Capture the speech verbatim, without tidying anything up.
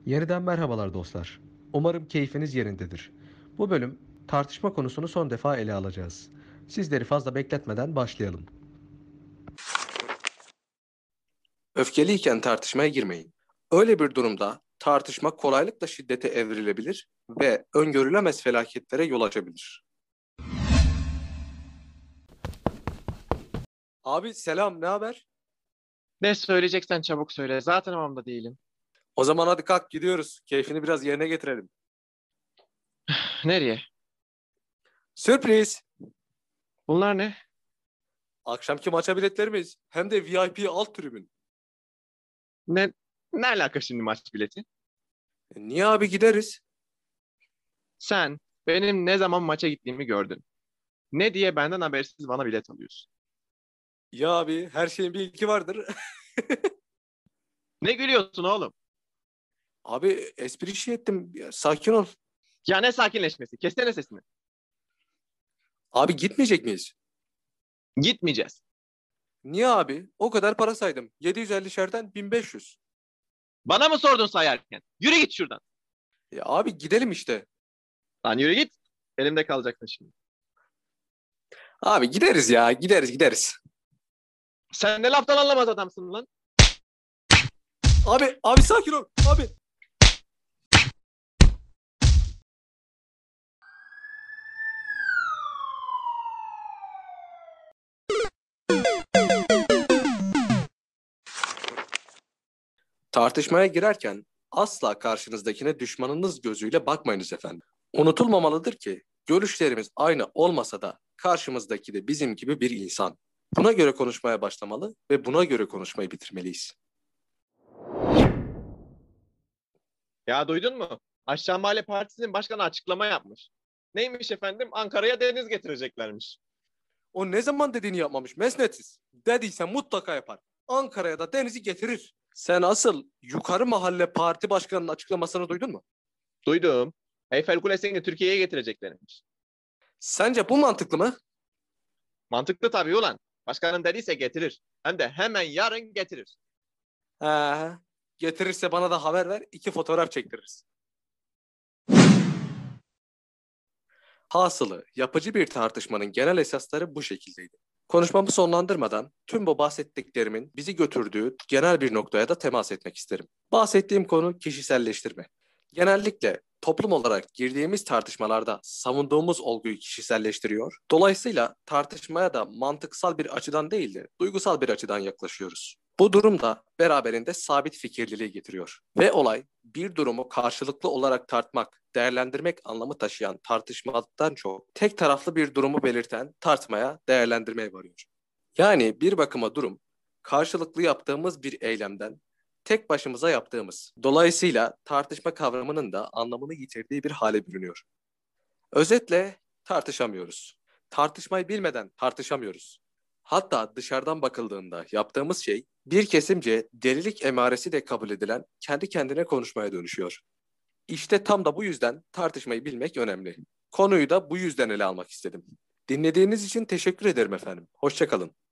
Yeniden merhabalar dostlar. Umarım keyfiniz yerindedir. Bu bölüm tartışma konusunu son defa ele alacağız. Sizleri fazla bekletmeden başlayalım. Öfkeliyken tartışmaya girmeyin. Öyle bir durumda tartışma kolaylıkla şiddete evrilebilir ve öngörülemez felaketlere yol açabilir. Abi selam, ne haber? Ne söyleyeceksen çabuk söyle. Zaten havamda değilim. O zaman hadi kalk gidiyoruz. Keyfini biraz yerine getirelim. Nereye? Sürpriz! Bunlar ne? Akşamki maça biletlerimiz hem de V I P alt tribün. Ne ne alaka şimdi maç bileti? E, niye abi gideriz? Sen benim ne zaman maça gittiğimi gördün. Ne diye benden habersiz bana bilet alıyorsun? Ya abi her şeyin bir ilki vardır. Ne gülüyorsun oğlum? Abi espri şey ettim. Ya, sakin ol. Ya ne sakinleşmesi? Kessene sesini. Abi gitmeyecek miyiz? Gitmeyeceğiz. Niye abi? O kadar para saydım. yedi yüz elli şerden bin beş yüz. Bana mı sordun sayarken? Yürü git şuradan. Ya abi gidelim işte. Lan yürü git. Elimde kalacaksın şimdi. Abi gideriz ya. Gideriz gideriz. Sen ne laftan anlamaz adamsın lan. Abi abi sakin ol. Abi. Tartışmaya girerken asla karşınızdakine düşmanınız gözüyle bakmayınız efendim. Unutulmamalıdır ki görüşlerimiz aynı olmasa da karşımızdaki de bizim gibi bir insan. Buna göre konuşmaya başlamalı ve buna göre konuşmayı bitirmeliyiz. Ya duydun mu? Aşağı Mahalle Partisi'nin başkanı açıklama yapmış. Neymiş efendim? Ankara'ya deniz getireceklermiş. O ne zaman dediğini yapmamış mesnetsiz. Dediyse mutlaka yapar. Ankara'ya da denizi getirir. Sen asıl yukarı mahalle parti başkanının açıklamasını duydun mu? Duydum. Eyfel Kulesi'ni Türkiye'ye getireceklermiş. Sence bu mantıklı mı? Mantıklı tabii ulan. Başkanın dediyse getirir. Hem de hemen yarın getirir. He, getirirse bana da haber ver, iki fotoğraf çektiririz. Hasılı, yapıcı bir tartışmanın genel esasları bu şekildeydi. Konuşmamı sonlandırmadan tüm bu bahsettiklerimin bizi götürdüğü genel bir noktaya da temas etmek isterim. Bahsettiğim konu kişiselleştirme. Genellikle toplum olarak girdiğimiz tartışmalarda savunduğumuz olguyu kişiselleştiriyor. Dolayısıyla tartışmaya da mantıksal bir açıdan değil de duygusal bir açıdan yaklaşıyoruz. Bu durum da beraberinde sabit fikirliliği getiriyor. Ve olay bir durumu karşılıklı olarak tartmak, değerlendirmek anlamı taşıyan tartışmadan çok tek taraflı bir durumu belirten tartmaya, değerlendirmeye varıyor. Yani bir bakıma durum karşılıklı yaptığımız bir eylemden tek başımıza yaptığımız. Dolayısıyla tartışma kavramının da anlamını yitirdiği bir hale bürünüyor. Özetle tartışamıyoruz. Tartışmayı bilmeden tartışamıyoruz. Hatta dışarıdan bakıldığında yaptığımız şey bir kesimce delilik emaresi de kabul edilen kendi kendine konuşmaya dönüşüyor. İşte tam da bu yüzden tartışmayı bilmek önemli. Konuyu da bu yüzden ele almak istedim. Dinlediğiniz için teşekkür ederim efendim. Hoşça kalın.